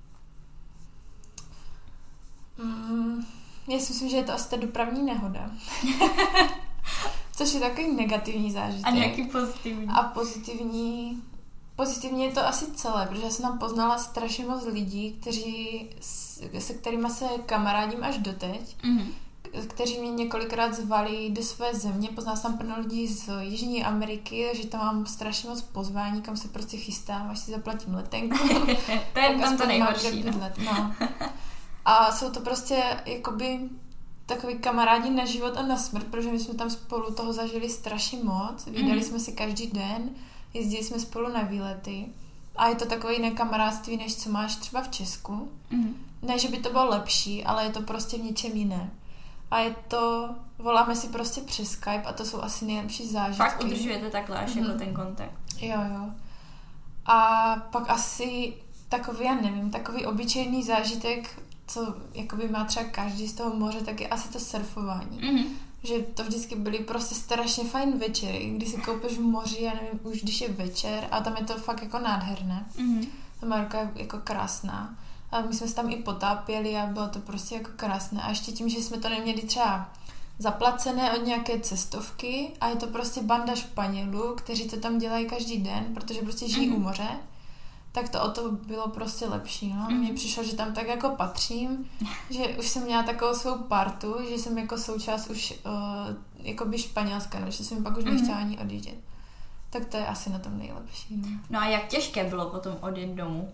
Já si myslím, že je to asi ta dopravní nehoda. Což je takový negativní zážitek. A nějaký pozitivní. A pozitivní je to asi celé, protože já jsem tam poznala strašně moc lidí, se kterými se kamarádím až doteď, kteří mě několikrát zvali do své země. Poznala jsem tam plno lidí z Jižní Ameriky, že tam mám strašně moc pozvání, kam se prostě chystám, až si zaplatím letenku. To je tam to nejhorší. No. A jsou to prostě jakoby takový kamarádi na život a na smrt, protože my jsme tam spolu toho zažili strašně moc. Vídali jsme si každý den, jezdili jsme spolu na výlety. A je to takové jiné kamarádství, než co máš třeba v Česku. Ne, že by to bylo lepší, ale je to prostě v něčem jiné. A je to, voláme si prostě přes Skype a to jsou asi nejlepší zážitky. Fakt udržujete takhle až jako ten kontakt. Jo. A pak asi takový, já nevím, takový obyčejný zážitek, co jakoby má třeba každý z toho moře, tak je asi to surfování. Že to vždycky byly prostě strašně fajn večery, kdy si koupíš v moři, já nevím, už když je večer a tam je to fakt jako nádherné. Ta Marka je jako krásná. A my jsme se tam i potápěli a bylo to prostě jako krásné. A ještě tím, že jsme to neměli třeba zaplacené od nějaké cestovky a je to prostě banda Španělů, kteří to tam dělají každý den, protože prostě žijí u moře, tak to o to bylo prostě lepší, no. Mně přišlo, že tam tak jako patřím, že už jsem měla takovou svou partu, že jsem jako součást už jakoby Španělska, no, že jsem pak už nechtěla ani odjíždět. Tak to je asi na tom nejlepší. No a jak těžké bylo potom odjet domů?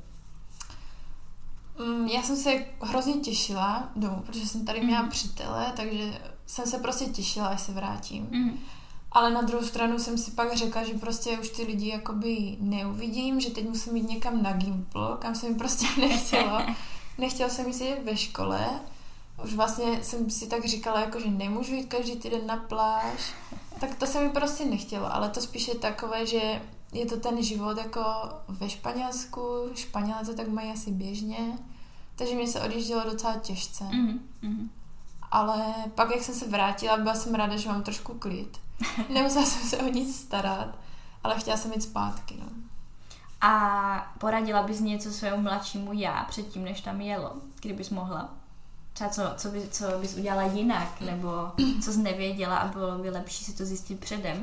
Já jsem se hrozně těšila domů, protože jsem tady měla přítele, takže jsem se prostě těšila, až se vrátím. Ale na druhou stranu jsem si pak řekla, že prostě už ty lidi jakoby neuvidím, že teď musím jít někam na Gimpl, kam se mi prostě nechtělo. Nechtěla jsem jít sedět ve škole. Už vlastně jsem si tak říkala, jako, že nemůžu jít každý týden na pláž. Tak to se mi prostě nechtělo, ale to spíš je takové, že je to ten život jako ve Španělsku, Španělé to tak mají asi běžně, takže mi se odjíždělo docela těžce. Ale pak, jak jsem se vrátila, byla jsem ráda, že mám trošku klid. Nemusela jsem se o nic starat, ale chtěla jsem jít zpátky. No. A poradila bys něco svému mladšímu já předtím, než tam jelo, kdybys mohla? Třeba co bys udělala jinak, nebo co jsi nevěděla a bylo by lepší si to zjistit předem?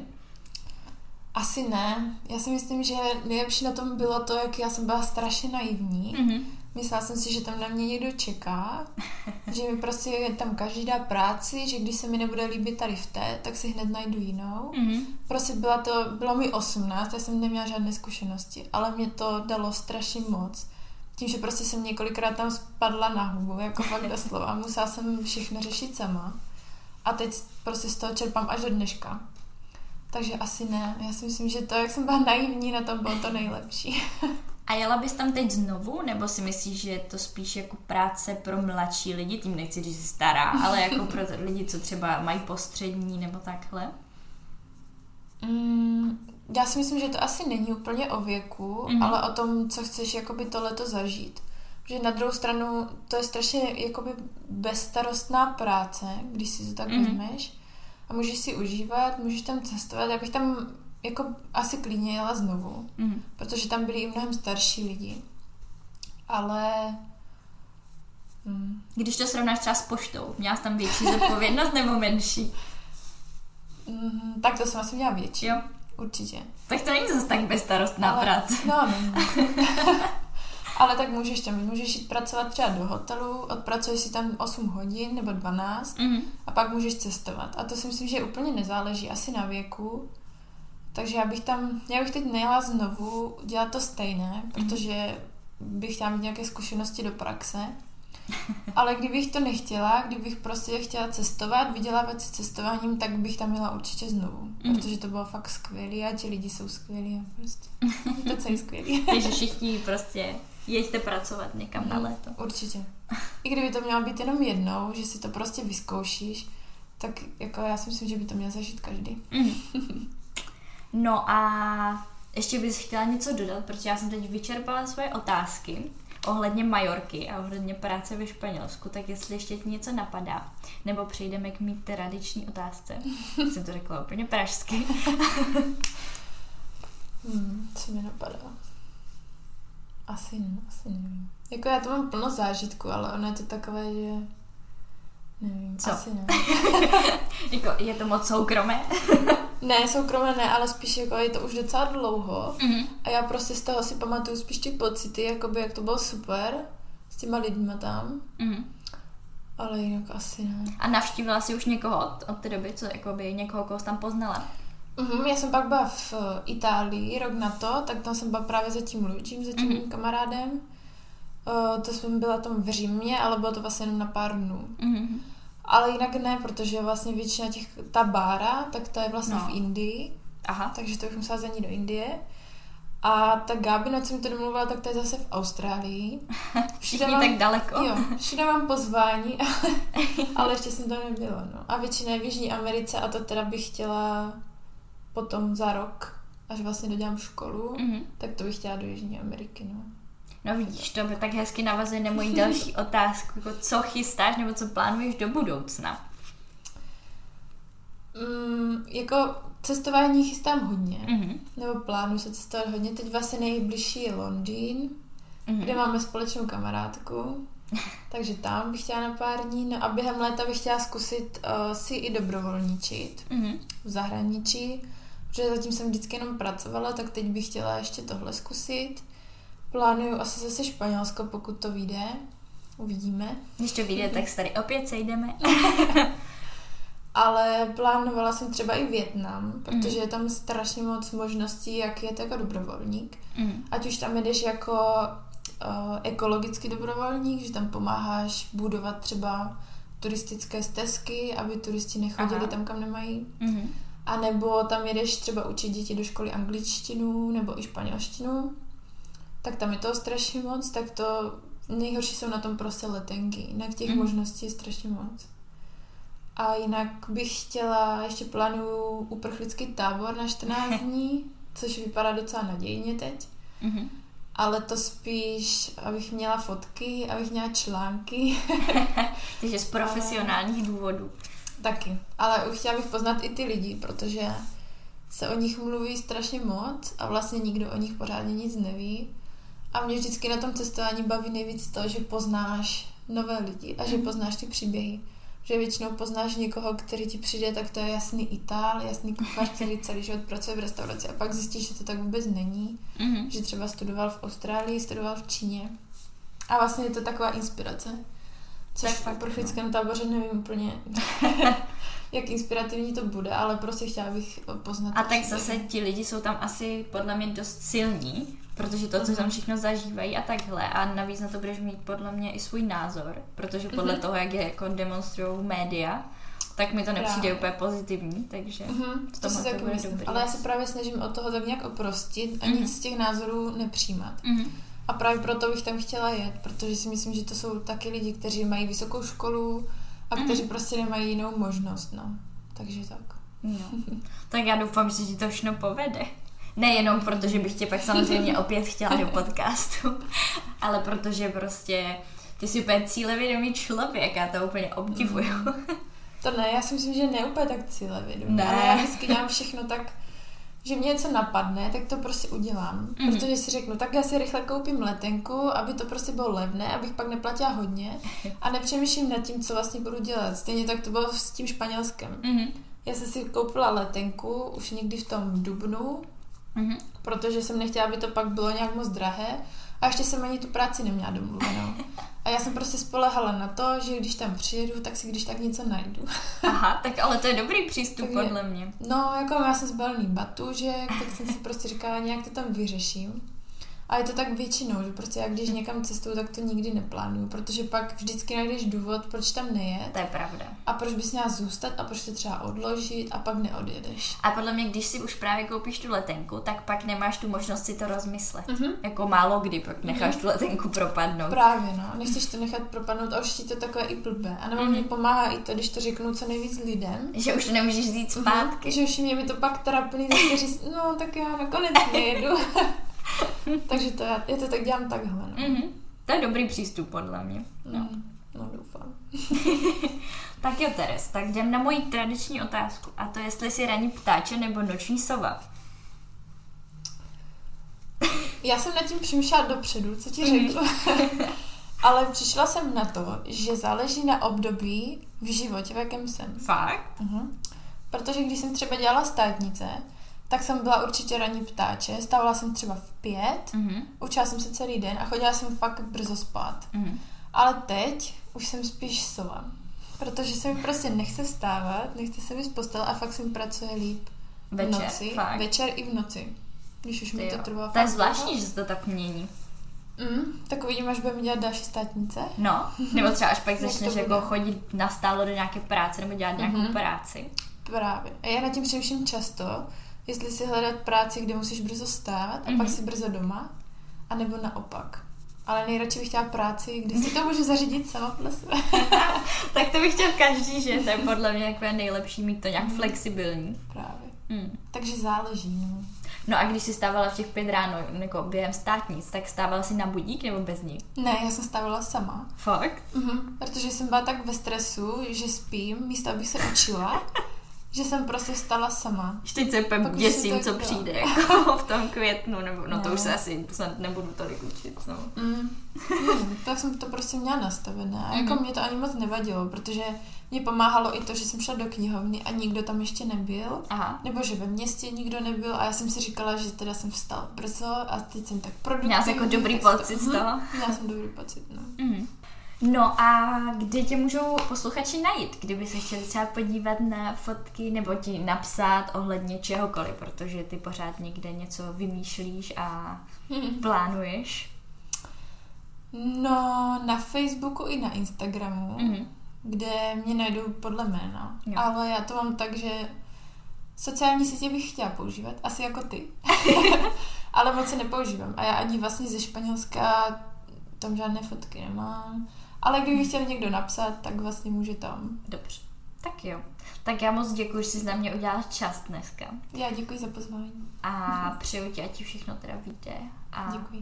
Asi ne. Já si myslím, že nejlepší na tom bylo to, jak já jsem byla strašně naivní Myslela jsem si, že tam na mě někdo čeká, že mi prostě tam každý dá práci, že když se mi nebude líbit tady v té, tak si hned najdu jinou. Prostě bylo mi 18, já jsem neměla žádné zkušenosti, ale mě to dalo strašně moc. Tím, že prostě jsem několikrát tam spadla na hubu, jako fakt doslova. Musela jsem všechno řešit sama. A teď prostě z toho čerpám až do dneška. Takže asi ne. Já si myslím, že to, jak jsem byla naivní, na tom bylo to nejlepší. A jela bys tam teď znovu, nebo si myslíš, že je to spíš jako práce pro mladší lidi, tím nechci říct, že jsi stará, ale jako pro lidi, co třeba mají postřední nebo takhle? Já si myslím, že to asi není úplně o věku, ale o tom, co chceš jakoby tohleto zažít. Protože na druhou stranu to je strašně jakoby bezstarostná práce, když si to tak vezmeš a můžeš si užívat, můžeš tam cestovat. Já bych tam jako asi klidně jela znovu, protože tam byli i mnohem starší lidi. Ale... Když to srovnáš třeba s poštou, měla jsi tam větší zodpovědnost nebo menší? Tak to jsem asi měla větší. Jo. Určitě. Tak to není zase tak bezstarostná práce. No. Ale tak můžeš jít pracovat třeba do hotelu, odpracuješ si tam 8 hodin nebo 12 a pak můžeš cestovat. A to si myslím, že úplně nezáleží asi na věku. Takže já bych teď nejela znovu dělat to stejné, protože bych chtěla mít nějaké zkušenosti do praxe. Ale kdybych to nechtěla, kdybych prostě chtěla cestovat, vydělávat si cestováním, tak bych tam jela určitě znovu. Protože to bylo fakt skvělý a ti lidi jsou skvělí a prostě je to celý skvělý. Takže všichni prostě jeďte pracovat někam na léto. Určitě. I kdyby to mělo být jenom jednou, že si to prostě vyzkoušíš, tak jako já si myslím, že by to měl zažít každý. No a ještě bys chtěla něco dodat, protože já jsem teď vyčerpala svoje otázky ohledně Majorky a ohledně práce ve Španělsku, tak jestli ještě ti něco napadá, nebo přejdeme k mý tradiční otázce. Jsem to řekla úplně pražsky. Co mi napadá? Asi nevím. Jako já to mám plno zážitku, ale ono je to takové, že nevím, co? Asi ne. Jako, je to moc soukromé? Ne, soukromé ne, ale spíš jako je to už docela dlouho a já prostě z toho si pamatuju spíš ty pocity, jakoby jak to bylo super s těma lidma tam, ale jinak asi ne. A navštívila jsi už někoho od té doby, co jakoby někoho, koho jsi tam poznala? Já jsem pak byla v Itálii rok na to, tak tam jsem byla právě za tím Luigim, za tím mým kamarádem. To jsem byla tam v Římě, ale bylo to vlastně jenom na pár dnů. Ale jinak ne, protože vlastně většina ta bára, tak ta je vlastně v Indii. Aha. Takže to už musela za ní do Indie. A ta Gáby, na co mi to domluvila, tak to je zase v Austrálii. Všichni tak daleko. Jo, všude mám pozvání, ale ještě jsem to nebyla. No. A většina je v Jižní Americe a to teda bych chtěla potom za rok, až vlastně dodělám školu, tak to bych chtěla do Jižní Ameriky. No vidíš, to by tak hezky navazuje na moji další otázku. Jako co chystáš nebo co plánuješ do budoucna? Jako cestování chystám hodně. Nebo plánuji se cestovat hodně. Teď vlastně nejbližší je Londýn, kde máme společnou kamarádku. Takže tam bych chtěla na pár dní. No a během léta bych chtěla zkusit si i dobrovolničit v zahraničí. Protože zatím jsem vždycky jenom pracovala, tak teď bych chtěla ještě tohle zkusit. Plánuju asi zase Španělsko, pokud to vyjde. Uvidíme. Když to vyjde, tak se tady opět sejdeme. Ale plánovala jsem třeba i Vietnam, protože je tam strašně moc možností, jak jet jako dobrovolník. Ať už tam jedeš jako ekologický dobrovolník, že tam pomáháš budovat třeba turistické stezky, aby turisti nechodili tam, kam nemají. A nebo tam jedeš třeba učit děti do školy angličtinu nebo i španělštinu. Tak tam je toho strašně moc, tak to nejhorší jsou na tom prostě letenky. Jinak těch možností je strašně moc. A jinak bych chtěla, ještě plánuju uprchlický tábor na 14 dní, což vypadá docela nadějně teď. Ale to spíš, abych měla fotky, abych měla články. Takže z profesionálních důvodů. Taky. Ale chtěla bych poznat i ty lidi, protože se o nich mluví strašně moc a vlastně nikdo o nich pořádně nic neví. A mě vždycky na tom cestování baví nejvíc to, že poznáš nové lidi a že poznáš ty příběhy. Že většinou poznáš někoho, který ti přijde, tak to je jasný Itál, jasný kuchař, který celý život pracuje v restauraci a pak zjistíš, že to tak vůbec není. Že třeba studoval v Austrálii, studoval v Číně A vlastně je to taková inspirace. Což v uprchlickém táboře nevím úplně, jak inspirativní to bude, ale prostě chtěla bych poznat. A tak zase ti lidi jsou tam asi podle mě dost silní, protože to, co tam všechno zažívají a takhle. A navíc na to budeš mít podle mě i svůj názor, protože podle toho, jak je jako demonstrujou média, tak mi to nepřijde úplně pozitivní, takže to si taky myslím. Dobrý. Ale já se právě snažím od toho tak nějak oprostit a nic z těch názorů nepřijímat. A právě proto bych tam chtěla jet, protože si myslím, že to jsou taky lidi, kteří mají vysokou školu a kteří prostě nemají jinou možnost, no. Takže tak. No. Tak já doufám, že ti to všechno povede. Nejenom protože bych tě pak samozřejmě opět chtěla do podcastu, ale protože prostě ty jsi úplně cílevědomý člověk, já to úplně obdivuju. To ne, já si myslím, že ne úplně tak cílevědomý, ale já vždycky dělám všechno tak, že mě něco napadne, tak to prostě udělám. Protože si řeknu, tak já si rychle koupím letenku, aby to prostě bylo levné, abych pak neplatila hodně a nepřemýšlím nad tím, co vlastně budu dělat. Stejně tak to bylo s tím Španělskem. Já jsem si koupila letenku už někdy v tom dubnu, protože jsem nechtěla, aby to pak bylo nějak moc drahé a ještě jsem ani tu práci neměla domluvenou. A já jsem prostě spoléhala na to, že když tam přijedu, tak si když tak něco najdu. Aha, tak ale to je dobrý přístup podle mě. No, jako já jsem zbalený batůžek, tak jsem si prostě říkala, nějak to tam vyřeším. A je to tak většinou, že prostě já když někam cestuju, tak to nikdy neplánuju, protože pak vždycky najdeš důvod, proč tam nejet. To je pravda. A proč bys měla zůstat a proč to třeba odložit a pak neodjedeš. A podle mě, když si už právě koupíš tu letenku, tak pak nemáš tu možnost si to rozmyslet. Jako málo kdy pak necháš tu letenku propadnout. Právě, no. Nechceš to nechat propadnout a už ti to takové i blbé. A nebo mě pomáhá i to, když to řeknu co nejvíc lidem. Že už to nemůžeš říct zpátky. Že už mě by to pak trapný zase říct, no tak já nakonec nejedu. Takže já to tak dělám takhle. No. To je dobrý přístup podle mě. No, doufám. Tak jo, Teres, tak jdem na moji tradiční otázku. A to jestli jsi ranní ptáče nebo noční sova. Já jsem nad tím přemýšlela dopředu, co ti řeknu. Ale přišla jsem na to, že záleží na období v životě, v jakém jsem. Fakt? Protože když jsem třeba dělala státnice, tak jsem byla určitě ranní ptáče, stávala jsem třeba v 5, učila jsem se celý den a chodila jsem fakt brzo spát. Ale teď už jsem spíš sova, protože se mi prostě nechce vstávat, nechce se mi z postele a fakt se mi pracuje líp v noci, večer i v noci, když už mi to trvalo. To je zvláštní, že se to tak mění. Tak uvidím, až budeme dělat další státnice. No, nebo třeba až pak začneš jako chodit nastálo do nějaké práce nebo dělat nějakou práci. Právě. A já nad tím přemýšlím často, jestli si hledat práci, kde musíš brzo vstávat a pak si brzo doma, anebo naopak. Ale nejradši bych chtěla práci, kde si to můžu zařídit sama podle sebe. Tak to bych chtěl každý, že to je podle mě jako nejlepší mít to nějak flexibilní. Právě. Takže záleží. No a když jsi stávala v těch 5 ráno jako během státnic, tak stávala si na budík nebo bez ní? Ne, já jsem stávala sama. Fakt? Protože jsem byla tak ve stresu, že spím, místo abych se učila, že jsem prostě stala sama. Teď se úplně děsím, co přijde jako v tom květnu, nebo no to už se asi snad nebudu tolik učit. No. Tak jsem to prostě měla nastavené. A jako mě to ani moc nevadilo, protože mě pomáhalo i to, že jsem šla do knihovny a nikdo tam ještě nebyl. Nebo že ve městě nikdo nebyl a já jsem si říkala, že teda jsem vstala brzo a teď jsem tak produktivní. Měla jsi jako dobrý pocit z toho? Měla jsem dobrý pocit, no. No a kde tě můžou posluchači najít, kdyby se chtěli třeba podívat na fotky nebo ti napsat ohledně čehokoliv, protože ty pořád někde něco vymýšlíš a plánuješ? No, na Facebooku i na Instagramu, kde mě najdou podle jména. Jo. Ale já to mám tak, že sociální sítě bych chtěla používat, asi jako ty. Ale moc se nepoužívám. A já ani vlastně ze Španělska tam žádné fotky nemám. Ale kdyby chtěl někdo napsat, tak vlastně může tam. Dobře. Tak jo. Tak já moc děkuji, že jsi na mě udělala čas dneska. Já děkuji za pozvání. A přeju ti, ať ti všechno teda vyjde. A... Děkuji.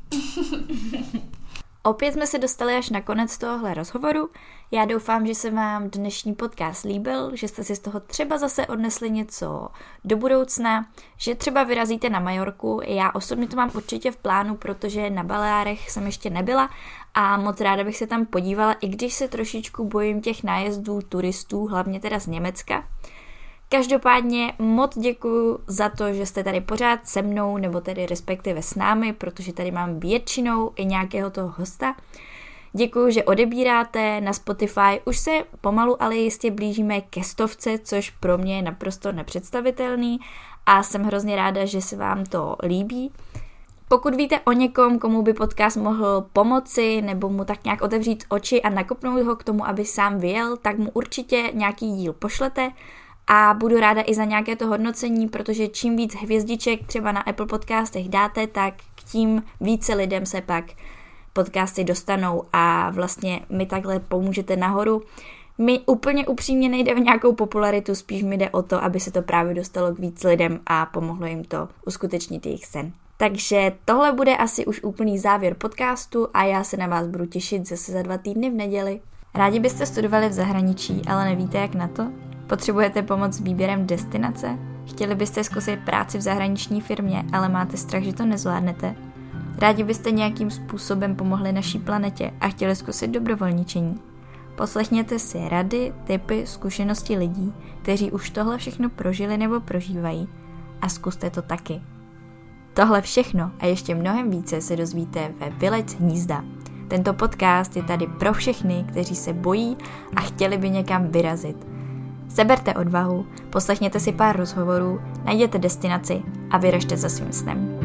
Opět jsme se dostali až na konec tohohle rozhovoru. Já doufám, že se vám dnešní podcast líbil, že jste si z toho třeba zase odnesli něco do budoucna, že třeba vyrazíte na Majorku. Já osobně to mám určitě v plánu, protože na Baleárech jsem ještě nebyla a moc ráda bych se tam podívala, i když se trošičku bojím těch nájezdů turistů, hlavně teda z Německa. Každopádně moc děkuju za to, že jste tady pořád se mnou, nebo tedy respektive s námi, protože tady mám většinou i nějakého toho hosta. Děkuju, že odebíráte na Spotify. Už se pomalu, ale jistě blížíme ke 100, což pro mě je naprosto nepředstavitelný a jsem hrozně ráda, že se vám to líbí. Pokud víte o někom, komu by podcast mohl pomoci nebo mu tak nějak otevřít oči a nakopnout ho k tomu, aby sám vyjel, tak mu určitě nějaký díl pošlete a budu ráda i za nějaké to hodnocení, protože čím víc hvězdiček třeba na Apple podcastech dáte, tak k tím více lidem se pak podcasty dostanou a vlastně mi takhle pomůžete nahoru. Mi úplně upřímně nejde o nějakou popularitu, spíš mi jde o to, aby se to právě dostalo k víc lidem a pomohlo jim to uskutečnit jejich sen. Takže tohle bude asi už úplný závěr podcastu a já se na vás budu těšit zase za 2 týdny v neděli. Rádi byste studovali v zahraničí, ale nevíte jak na to? Potřebujete pomoc s výběrem destinace? Chtěli byste zkusit práci v zahraniční firmě, ale máte strach, že to nezvládnete? Rádi byste nějakým způsobem pomohli naší planetě a chtěli zkusit dobrovolničení? Poslechněte si rady, tipy, zkušenosti lidí, kteří už tohle všechno prožili nebo prožívají a zkuste to taky. Tohle všechno a ještě mnohem více se dozvíte ve Vylec hnízda. Tento podcast je tady pro všechny, kteří se bojí a chtěli by někam vyrazit. Seberte odvahu, poslechněte si pár rozhovorů, najděte destinaci a vyražte za svým snem.